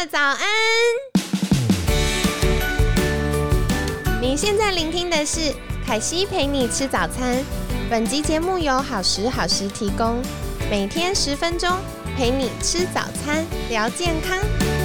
早安！你现在聆听的是凯西陪你吃早餐。本集节目由好时好食提供，每天10分钟陪你吃早餐，聊健康。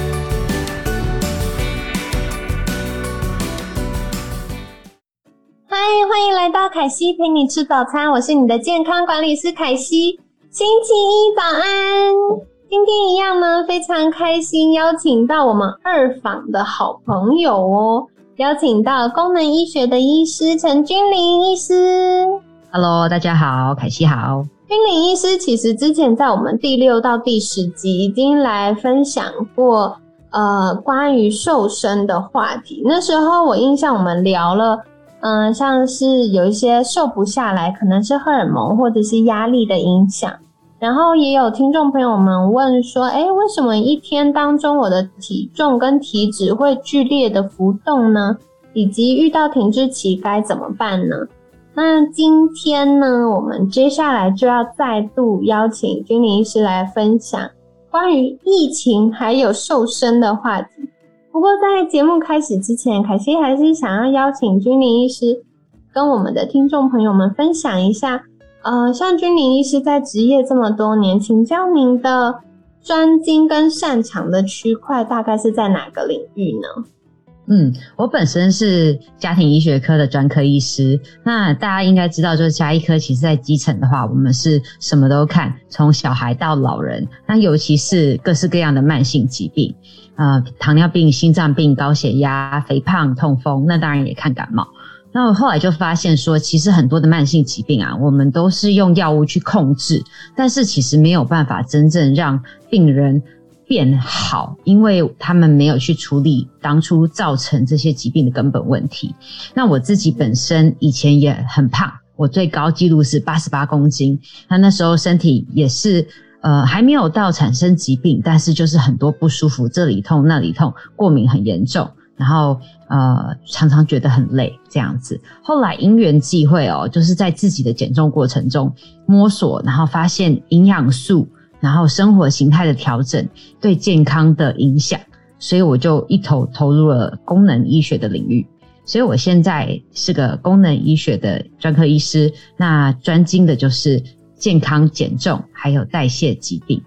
嗨，欢迎来到凯西陪你吃早餐，我是你的健康管理师凯西。星期一早安！今天一样呢，非常开心邀请到我们二访的好朋友哦，邀请到功能医学的医师陈君玲医师。 Hello， 大家好，凯西好。 君玲医师其实之前在我们第6到第10集已经来分享过关于瘦身的话题。那时候我印象我们聊了像是有一些瘦不下来，可能是荷尔蒙或者是压力的影响。然后也有听众朋友们问说，为什么一天当中我的体重跟体脂会剧烈的浮动呢？以及遇到停滞期该怎么办呢？那今天呢，我们接下来就要再度邀请君玲医师来分享关于疫情还有瘦身的话题。不过在节目开始之前，凯西还是想要邀请君玲医师跟我们的听众朋友们分享一下像君玲医师在职业这么多年，请教您的专精跟擅长的区块大概是在哪个领域呢？ 我本身是家庭医学科的专科医师。那大家应该知道，就是家医科其实在基层的话，我们是什么都看，从小孩到老人，那尤其是各式各样的慢性疾病，糖尿病、心脏病、高血压、肥胖、痛风，那当然也看感冒。那我后来就发现说，其实很多的慢性疾病啊，我们都是用药物去控制，但是其实没有办法真正让病人变好，因为他们没有去处理当初造成这些疾病的根本问题。那我自己本身以前也很胖，我最高纪录是88公斤，那时候身体也是还没有到产生疾病，但是就是很多不舒服，这里痛那里痛，过敏很严重，然后常常觉得很累这样子。后来因缘际会就是在自己的减重过程中摸索，然后发现营养素然后生活形态的调整对健康的影响，所以我就一头投入了功能医学的领域。所以我现在是个功能医学的专科医师，那专精的就是健康减重还有代谢疾病。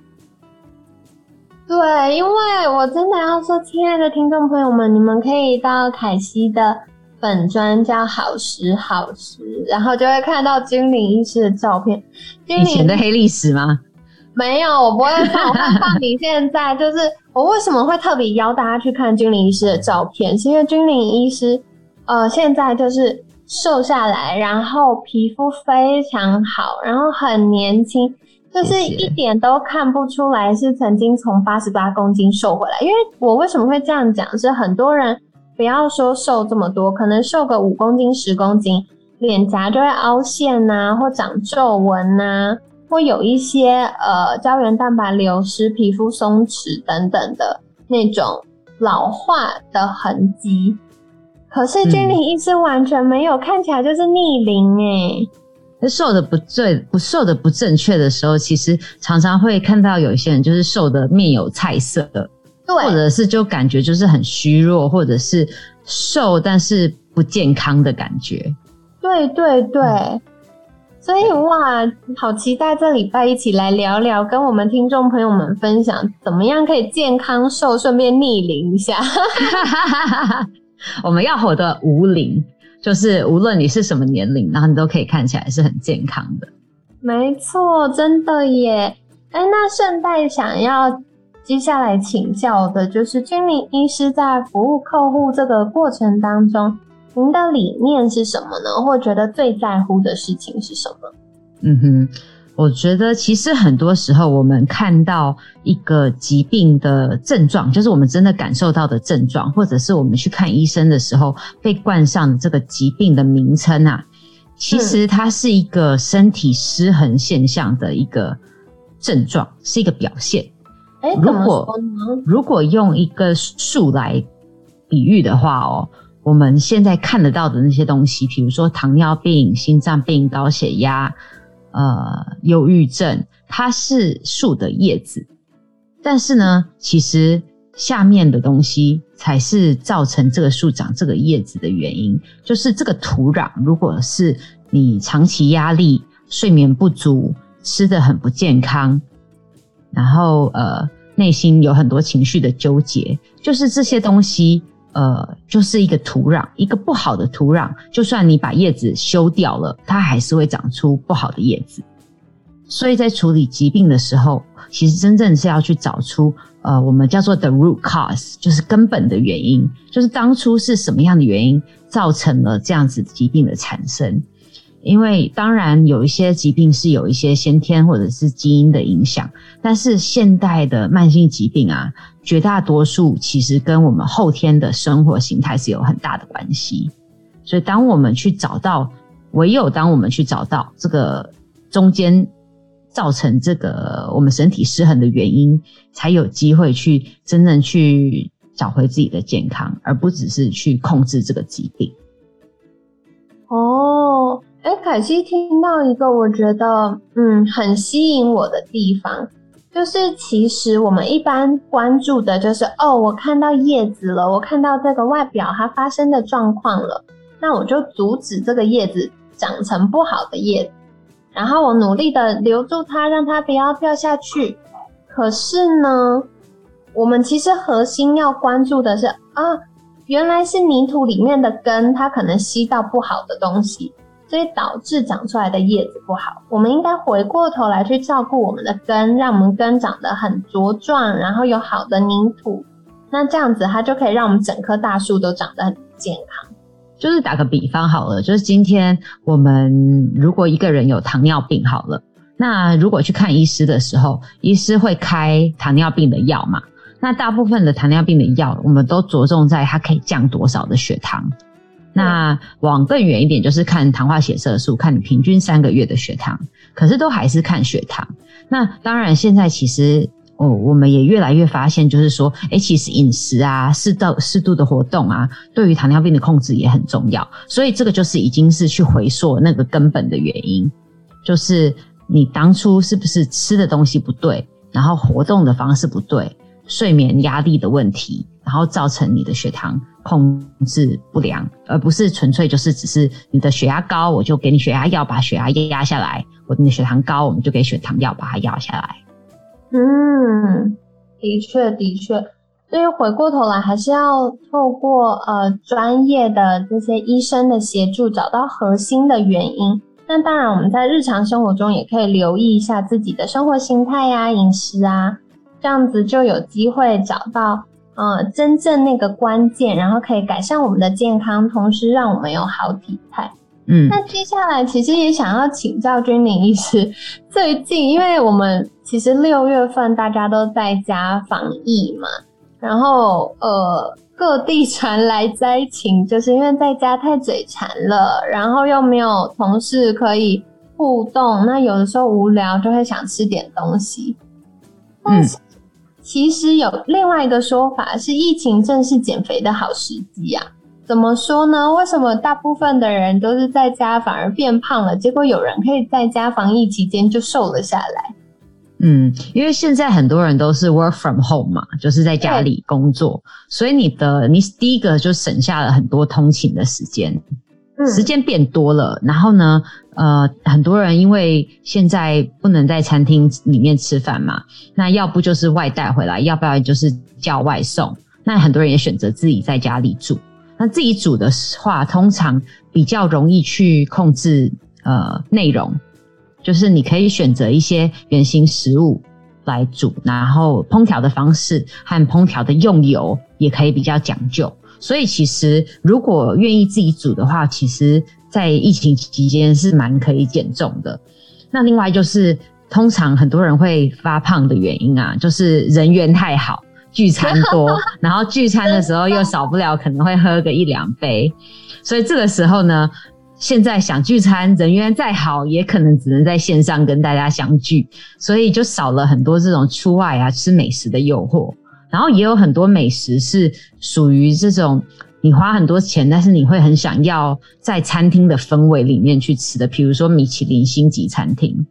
对，因为我真的要说，亲爱的听众朋友们，你们可以到凯西的本专叫好时好食，然后就会看到君玲医师的照片。 以前的黑历史吗？ 没有，我不会放，我会放你现在就是我为什么会特别邀大家去看君玲医师的照片，是因为君玲医师现在就是瘦下来，然后皮肤非常好，然后很年轻，就是一点都看不出来是曾经从88公斤瘦回来。因为我为什么会这样讲，是很多人不要说瘦这么多，可能瘦个5公斤10公斤，脸颊就会凹陷啊，或长皱纹啊，或有一些胶原蛋白流失、皮肤松弛等等的那种老化的痕迹。可是君玲医师完全没有，看起来就是逆龄瘦的不正确的时候，其实常常会看到有一些人就是瘦的面有菜色，对，或者是就感觉就是很虚弱，或者是瘦但是不健康的感觉。对对对，所以哇，好期待这礼拜一起来聊聊，跟我们听众朋友们分享怎么样可以健康瘦，顺便逆龄一下。 我们要活得无龄，就是无论你是什么年龄，然后你都可以看起来是很健康的。 没错，真的耶。那顺带想要接下来请教的就是君玲医师在服务客户这个过程当中，您的理念是什么呢？或觉得最在乎的事情是什么？ 我觉得其实很多时候我们看到一个疾病的症状，就是我们真的感受到的症状，或者是我们去看医生的时候被冠上的这个疾病的名称啊，其实它是一个身体失衡现象的一个症状，是一个表现。 怎么说呢？ 如果用一个数来比喻的话我们现在看得到的那些东西，比如说糖尿病、心脏病、高血压忧郁症，它是树的叶子，但是呢其实下面的东西才是造成这个树长这个叶子的原因。就是这个土壤，如果是你长期压力、睡眠不足、吃得很不健康，然后内心有很多情绪的纠结，就是这些东西就是一个土壤，一个不好的土壤，就算你把叶子修掉了，它还是会长出不好的叶子。所以在处理疾病的时候，其实真正是要去找出我们叫做 the root cause， 就是根本的原因，就是当初是什么样的原因造成了这样子疾病的产生。因为当然有一些疾病是有一些先天或者是基因的影响，但是现代的慢性疾病啊，绝大多数其实跟我们后天的生活形态是有很大的关系。所以当我们去找到，唯有当我们去找到这个中间造成这个我们身体失衡的原因，才有机会去真正去找回自己的健康，而不只是去控制这个疾病。 凯西听到一个我觉得很吸引我的地方，就是其实我们一般关注的就是我看到叶子了，我看到这个外表它发生的状况了，那我就阻止这个叶子长成不好的叶子，然后我努力的留住它，让它不要掉下去。可是呢，我们其实核心要关注的是原来是泥土里面的根，它可能吸到不好的东西，所以导致长出来的叶子不好。我们应该回过头来去照顾我们的根，让我们根长得很茁壮，然后有好的泥土，那这样子它就可以让我们整棵大树都长得很健康。 就是打个比方好了，就是今天我们如果一个人有糖尿病好了，那如果去看医师的时候，医师会开糖尿病的药嘛，那大部分的糖尿病的药我们都着重在它可以降多少的血糖，那往更远一点就是看糖化血色素，看你平均3个月的血糖，可是都还是看血糖。那当然现在其实我们也越来越发现，就是说其实饮食啊，适度的活动啊，对于糖尿病的控制也很重要。所以这个就是已经是去回溯那个根本的原因，就是你当初是不是吃的东西不对，然后活动的方式不对，睡眠压力的问题，然后造成你的血糖控制不良，而不是纯粹就是只是你的血压高，我就给你血压药把血压压下来，或者你的血糖高，我们就给血糖药把它压下来。 的确，所以回过头来还是要透过专业的这些医生的协助，找到核心的原因。那当然我们在日常生活中也可以留意一下自己的生活形态啊、饮食啊，这样子就有机会找到真正那个关键，然后可以改善我们的健康，同时让我们有好体态。那接下来其实也想要请教君玲医师，最近因为我们其实6月份大家都在家防疫嘛，然后各地传来灾情，就是因为在家太嘴馋了，然后又没有同事可以互动，那有的时候无聊就会想吃点东西。但是其实有另外一个说法是，疫情正是减肥的好时机啊。怎么说呢？为什么大部分的人都是在家反而变胖了，结果有人可以在家防疫期间就瘦了下来？ 因为现在很多人都是 work from home 嘛，就是在家里工作，所以你第一个就省下了很多通勤的时间，时间变多了。然后呢，很多人因为现在不能在餐厅里面吃饭嘛，那要不就是外带回来，要不然就是叫外送。那很多人也选择自己在家里煮。那自己煮的话，通常比较容易去控制内容，就是你可以选择一些原型食物来煮，然后烹调的方式和烹调的用油也可以比较讲究。所以其实如果愿意自己煮的话，其实在疫情期间是蛮可以减重的。那另外就是通常很多人会发胖的原因啊，就是人缘太好，聚餐多，然后聚餐的时候又少不了可能会喝个1-2杯，所以这个时候呢，现在想聚餐，人缘再好也可能只能在线上跟大家相聚，所以就少了很多这种出外啊吃美食的诱惑。然后也有很多美食是属于这种你花很多钱，但是你会很想要在餐厅的氛围里面去吃的，比如说米其林星级餐厅。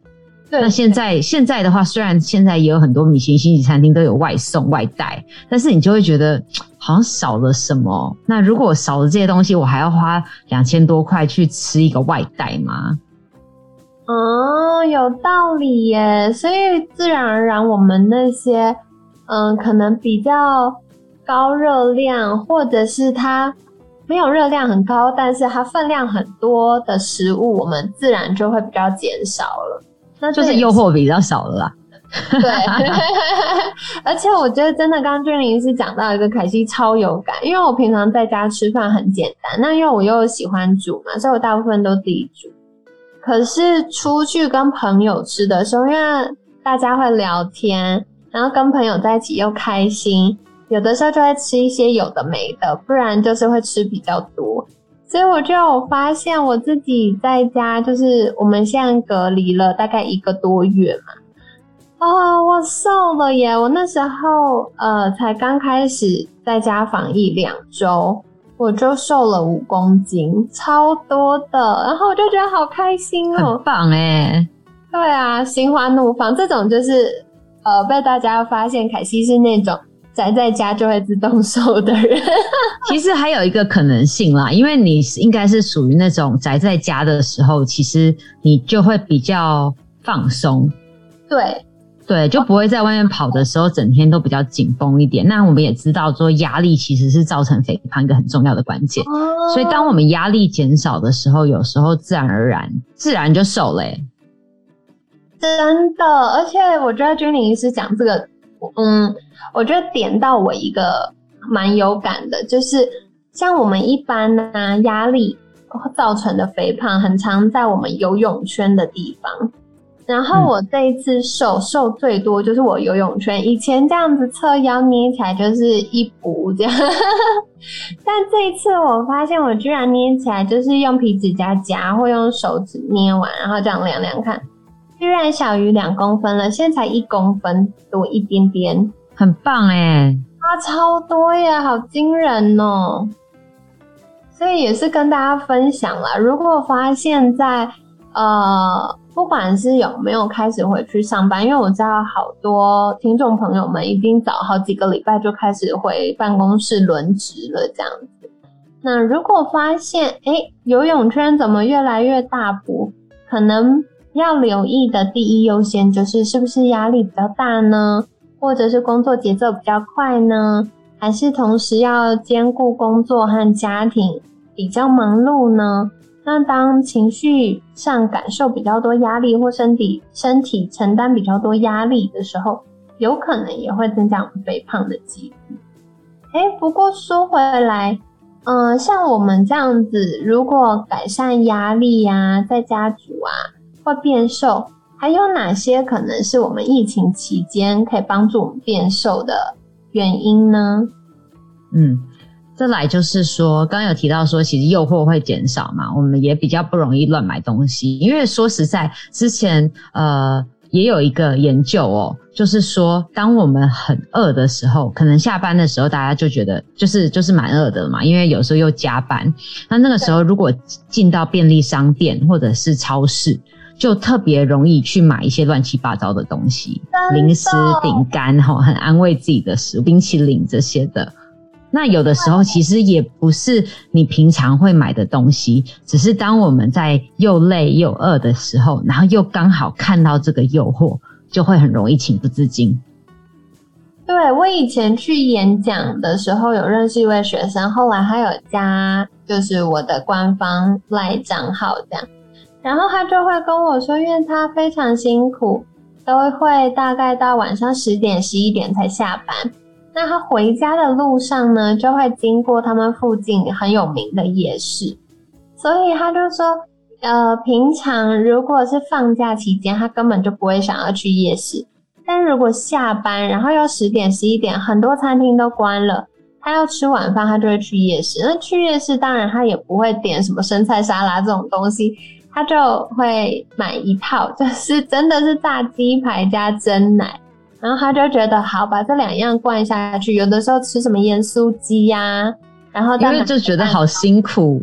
那现在的话，虽然现在也有很多米其林星级餐厅都有外送外带，但是你就会觉得好像少了什么。那如果少了这些东西，我还要花2000多块去吃一个外带吗？ 哦，有道理耶。所以自然而然我们那些可能比较高热量，或者是它没有热量很高但是它分量很多的食物，我们自然就会比较减少了，那就是诱惑比较少了啦。 对而且我觉得真的刚刚君玲是讲到一个凯西超有感，因为我平常在家吃饭很简单，那因为我又喜欢煮嘛，所以我大部分都自己煮。可是出去跟朋友吃的时候，因为大家会聊天，然后跟朋友在一起又开心，有的时候就会吃一些有的没的，不然就是会吃比较多。所以我就有发现我自己在家，就是我们现在隔离了大概1个多月嘛，我瘦了耶！我那时候才刚开始在家防疫2周，我就瘦了5公斤，超多的。然后我就觉得好开心哦， 很棒耶。 对啊，心花怒放，这种就是被大家发现凯西是那种宅在家就会自动瘦的人。 其实还有一个可能性啦，因为你应该是属于那种宅在家的时候，其实你就会比较放松。对，就不会在外面跑的时候整天都比较紧绷一点。那我们也知道说压力其实是造成肥胖一个很重要的关键，所以当我们压力减少的时候，有时候自然而然就瘦了耶。 真的，而且我觉得君玲医师讲这个我觉得点到我一个蛮有感的，就是像我们一般呢，压力造成的肥胖很常在我们游泳圈的地方。然后我这一次瘦最多就是我游泳圈，以前这样子侧腰捏起来就是一补这样但这一次我发现我居然捏起来就是用皮指甲夹或用手指捏完，然后这样量量看，居然小于2公分了，现在才1公分多一点点， 很棒耶， 差超多耶，好惊人哦。所以也是跟大家分享啦，如果发现在不管是有没有开始回去上班，因为我知道好多听众朋友们已经早好几个礼拜就开始回办公室轮值了这样子。那如果发现游泳圈怎么越来越大补，可能要留意的第一优先就是是不是压力比较大呢，或者是工作节奏比较快呢，还是同时要兼顾工作和家庭比较忙碌呢？那当情绪上感受比较多压力，或身体承担比较多压力的时候，有可能也会增加我们肥胖的几率。不过说回来，像我们这样子，如果改善压力啊，在家煮啊，会变瘦，还有哪些可能是我们疫情期间可以帮助我们变瘦的原因呢？ 再来就是说，刚刚有提到说其实诱惑会减少嘛，我们也比较不容易乱买东西。因为说实在，之前也有一个研究就是说当我们很饿的时候，可能下班的时候大家就觉得就是蛮饿的嘛，因为有时候又加班，那个时候如果进到便利商店或者是超市，就特别容易去买一些乱七八糟的东西，零食饼干很安慰自己的食物，冰淇淋这些的。那有的时候其实也不是你平常会买的东西，只是当我们在又累又饿的时候，然后又刚好看到这个诱惑，就会很容易情不自禁。 对，我以前去演讲的时候有认识一位学生，后来他有加就是我的官方LINE账号这样，然后他就会跟我说，因为他非常辛苦，都会大概到晚上10点11点才下班，那他回家的路上呢，就会经过他们附近很有名的夜市，所以他就说平常如果是放假期间，他根本就不会想要去夜市，但如果下班然后又10点11点很多餐厅都关了，他要吃晚饭他就会去夜市。那去夜市当然他也不会点什么生菜沙拉这种东西，他就会买一套，就是真的是炸鸡排加珍奶，然后他就觉得好，把这2样灌下去。有的时候吃什么盐酥鸡啊，然后因为就觉得好辛苦。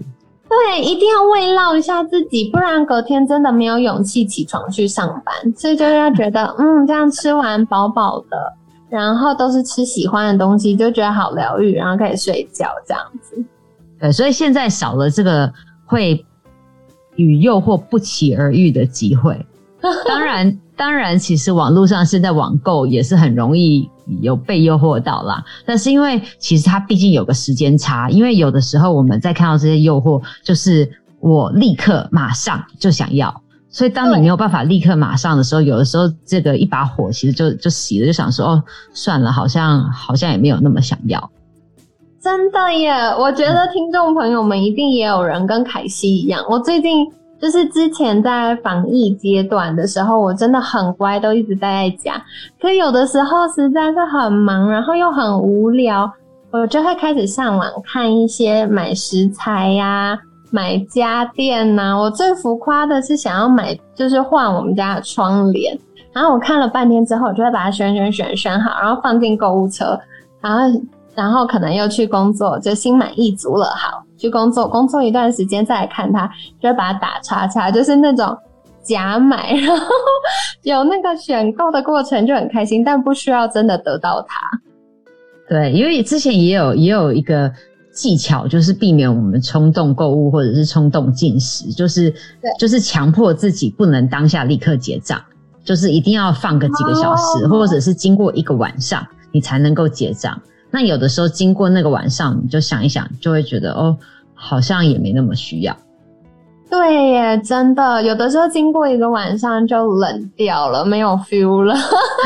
对，一定要慰劳一下自己，不然隔天真的没有勇气起床去上班。所以就要觉得，这样吃完饱饱的，然后都是吃喜欢的东西，就觉得好疗愈，然后可以睡觉这样子。 对，所以现在少了这个会与诱惑不期而遇的机会。当然，其实网络上现在网购也是很容易有被诱惑到啦。但是因为其实它毕竟有个时间差，因为有的时候我们在看到这些诱惑，就是我立刻马上就想要，所以当你没有办法立刻马上的时候，有的时候这个一把火其实就熄了，就想说算了，好像也没有那么想要。 真的耶，我觉得听众朋友们一定也有人跟凯西一样。我最近就是之前在防疫阶段的时候，我真的很乖，都一直待在家。可有的时候实在是很忙，然后又很无聊，我就会开始上网看一些买食材呀、买家电啊。我最浮夸的是想要买，就是换我们家的窗帘。然后我看了半天之后，我就会把它选好，然后放进购物车，然后可能又去工作，就心满意足了，好去工作一段时间再来看它，就会把它打叉叉，就是那种假买，然后有那个选购的过程就很开心，但不需要真的得到它。 对，因为之前也有一个技巧，就是避免我们冲动购物或者是冲动进食，就是强迫自己不能当下立刻结账，就是一定要放个几个小时，或者是经过一个晚上你才能够结账。那有的时候经过那个晚上，你就想一想，就会觉得好像也没那么需要。 对耶，真的，有的时候经过一个晚上就冷掉了，没有 feel 了。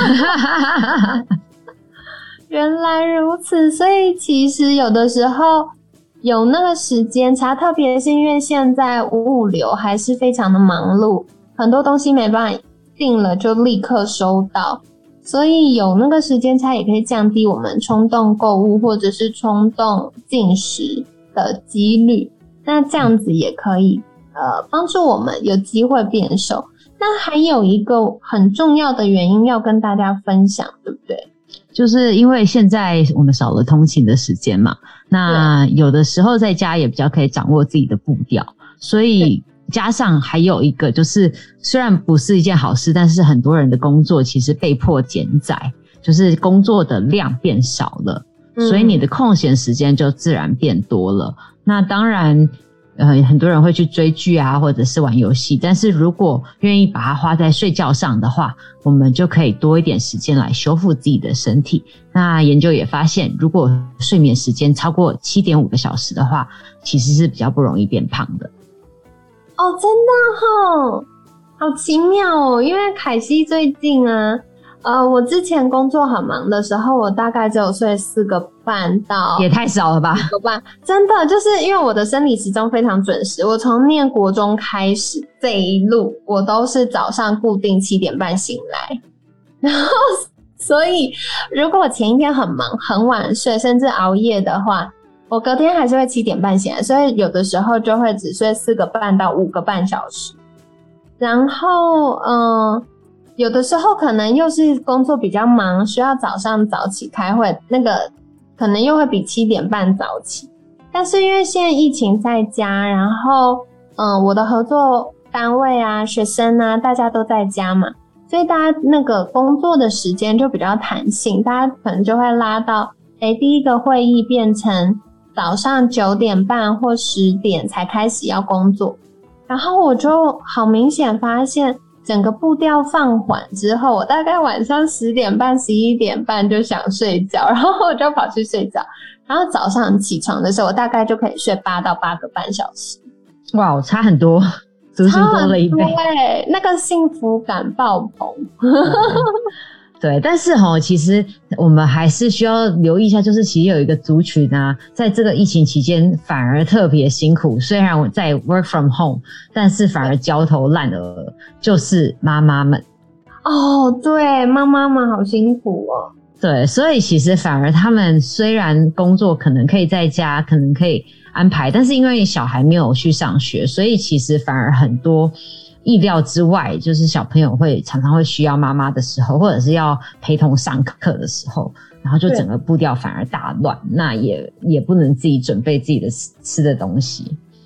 原来如此，所以其实有的时候有那个时间差，特别是因为现在物流还是非常的忙碌，很多东西没办法订了就立刻收到。所以有那个时间差也可以降低我们冲动购物或者是冲动进食的几率，那这样子也可以帮助我们有机会变瘦。那还有一个很重要的原因要跟大家分享，对不对？ 就是因为现在我们少了通勤的时间嘛，那有的时候在家也比较可以掌握自己的步调，所以加上还有一个就是虽然不是一件好事，但是很多人的工作其实被迫减载，就是工作的量变少了，所以你的空闲时间就自然变多了。那当然很多人会去追剧啊，或者是玩游戏，但是如果愿意把它花在睡觉上的话，我们就可以多一点时间来修复自己的身体。那研究也发现，如果睡眠时间超过 7.5 个小时的话，其实是比较不容易变胖的。 哦，真的齁，好奇妙哦！因为凯西最近啊，我之前工作很忙的时候，我大概只有睡4个半到， 也太少了吧 ？5个半，真的就是因为我的生理时钟非常准时，我从念国中开始这一路，我都是早上固定7点半醒来，然后所以如果我前一天很忙很晚睡，甚至熬夜的话，我隔天还是会7点半醒来，所以有的时候就会只睡4个半到5个半小时。然后有的时候可能又是工作比较忙，需要早上早起开会，那个可能又会比7点半早起。但是因为现在疫情在家，然后我的合作单位啊、学生啊，大家都在家嘛，所以大家那个工作的时间就比较弹性，大家可能就会拉到第一个会议变成早上9点半或10点才开始要工作，然后我就好明显发现整个步调放缓之后，我大概晚上10点半、11点半就想睡觉，然后我就跑去睡觉，然后早上起床的时候，我大概就可以睡8到8个半小时。 哇，差很多，足足多了一倍， 对，那个幸福感爆棚。 对，但是其实我们还是需要留意一下，就是其实有一个族群啊，在这个疫情期间反而特别辛苦，虽然我在 work from home， 但是反而焦头烂额，就是妈妈们。 哦，对，妈妈们好辛苦哦。 对，所以其实反而他们虽然工作可能可以在家，可能可以安排，但是因为小孩没有去上学，所以其实反而很多意料之外，就是小朋友常常会需要妈妈的时候，或者是要陪同上课的时候，然后就整个步调反而大乱，那也不能自己准备自己的吃的东西。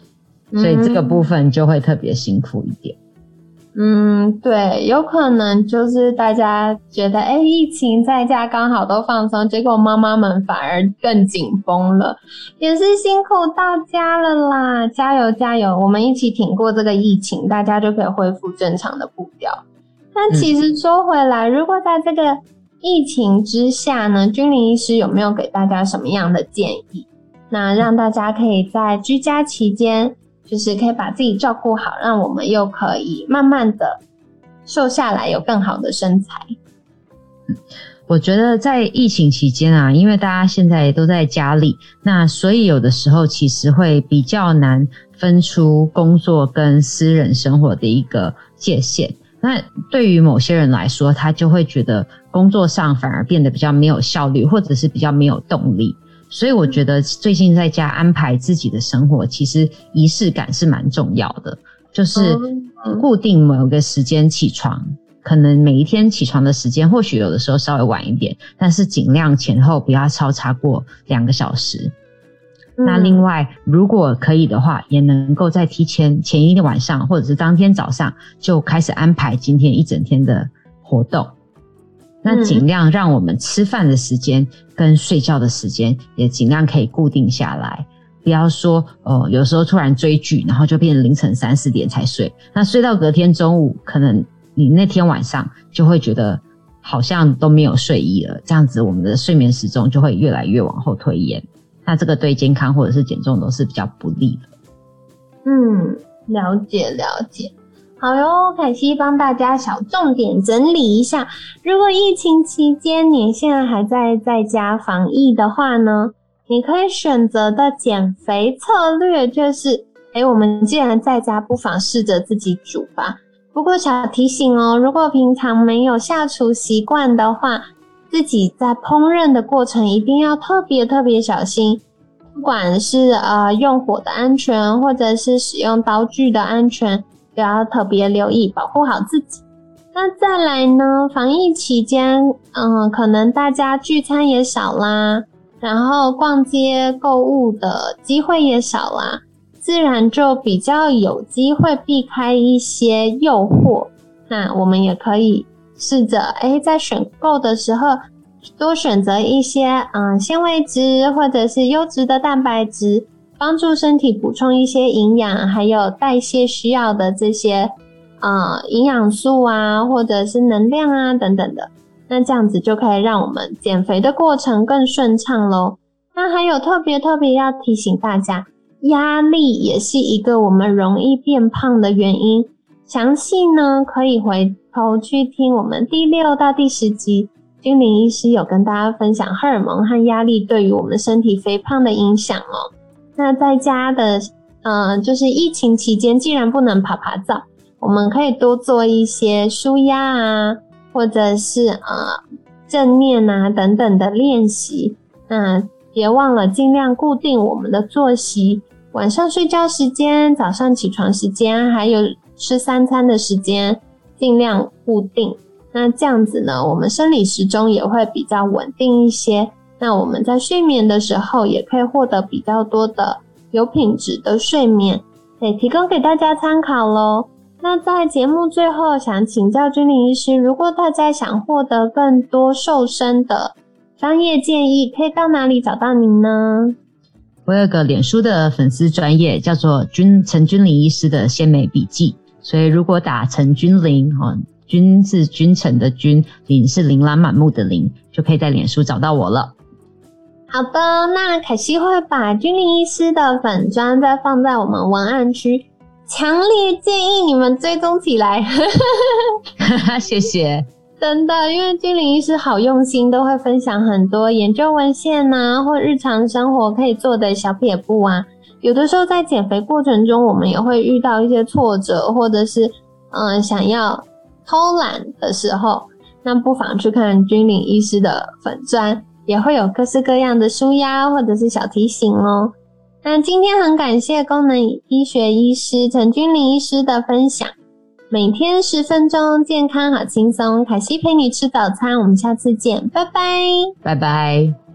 所以这个部分就会特别辛苦一点。 对，有可能就是大家觉得疫情在家刚好都放松，结果妈妈们反而更紧绷了，也是辛苦大家了啦，加油加油，我们一起挺过这个疫情，大家就可以恢复正常的步调。那其实说回来，如果在这个疫情之下呢，君玲医师有没有给大家什么样的建议？那让大家可以在居家期间就是可以把自己照顾好，让我们又可以慢慢的瘦下来，有更好的身材。 我觉得在疫情期间啊，因为大家现在都在家里，那所以有的时候其实会比较难分出工作跟私人生活的一个界限。那对于某些人来说，他就会觉得工作上反而变得比较没有效率，或者是比较没有动力。所以我觉得最近在家安排自己的生活，其实仪式感是蛮重要的，就是固定某个时间起床，可能每一天起床的时间或许有的时候稍微晚一点，但是尽量前后不要超过2个小时。那另外如果可以的话，也能够在前一天晚上或者是当天早上就开始安排今天一整天的活动。那尽量让我们吃饭的时间跟睡觉的时间也尽量可以固定下来，不要说有时候突然追剧，然后就变成凌晨3、4点才睡，那睡到隔天中午，可能你那天晚上就会觉得好像都没有睡意了，这样子我们的睡眠时钟就会越来越往后推延，那这个对健康或者是减重都是比较不利的。 了解了解。好哟，凯西帮大家小重点整理一下，如果疫情期间你现在还在家防疫的话呢，你可以选择的减肥策略就是我们既然在家，不妨试着自己煮吧。不过小提醒哦，如果平常没有下厨习惯的话，自己在烹饪的过程一定要特别小心，不管是用火的安全，或者是使用刀具的安全，都要特别留意，保护好自己。那再来呢，防疫期间可能大家聚餐也少啦，然后逛街购物的机会也少啦，自然就比较有机会避开一些诱惑。那我们也可以试着在选购的时候多选择一些纤维质或者是优质的蛋白质，帮助身体补充一些营养，还有代谢需要的这些营养素啊，或者是能量啊等等的。那这样子就可以让我们减肥的过程更顺畅咯。那还有特别要提醒大家，压力也是一个我们容易变胖的原因。详细呢可以回头去听我们第6到第10集，君玲医师有跟大家分享荷尔蒙和压力对于我们身体肥胖的影响哦。那在家的就是疫情期间，既然不能爬灶，我们可以多做一些舒压啊，或者是正念啊等等的练习。那别忘了尽量固定我们的作息，晚上睡觉时间、早上起床时间，还有吃3餐的时间，尽量固定。那这样子呢，我们生理时钟也会比较稳定一些。那我们在睡眠的时候也可以获得比较多的有品质的睡眠，可以提供给大家参考咯。那在节目最后想请教君玲医师，如果大家想获得更多瘦身的商业建议，可以到哪里找到您呢？ 我有个脸书的粉丝专页叫做陈君玲医师的鲜美笔记，所以如果打陈君玲君是君臣的君，玲是琳琅满目的琳，就可以在脸书找到我了。 好的，那凯西会把君玲医师的粉专再放在我们文案区，强烈建议你们追踪起来。 谢谢。 真的，因为君玲医师好用心，都会分享很多研究文献啊，或日常生活可以做的小撇步啊。有的时候在减肥过程中，我们也会遇到一些挫折，或者是想要偷懒的时候，那不妨去看君玲医师的粉专，也会有各式各样的抒压或者是小提醒哦。那今天很感谢功能医学医师陈君玲医师的分享，每天10分钟，健康好轻松，凯西陪你吃早餐，我们下次见，拜拜， 拜拜。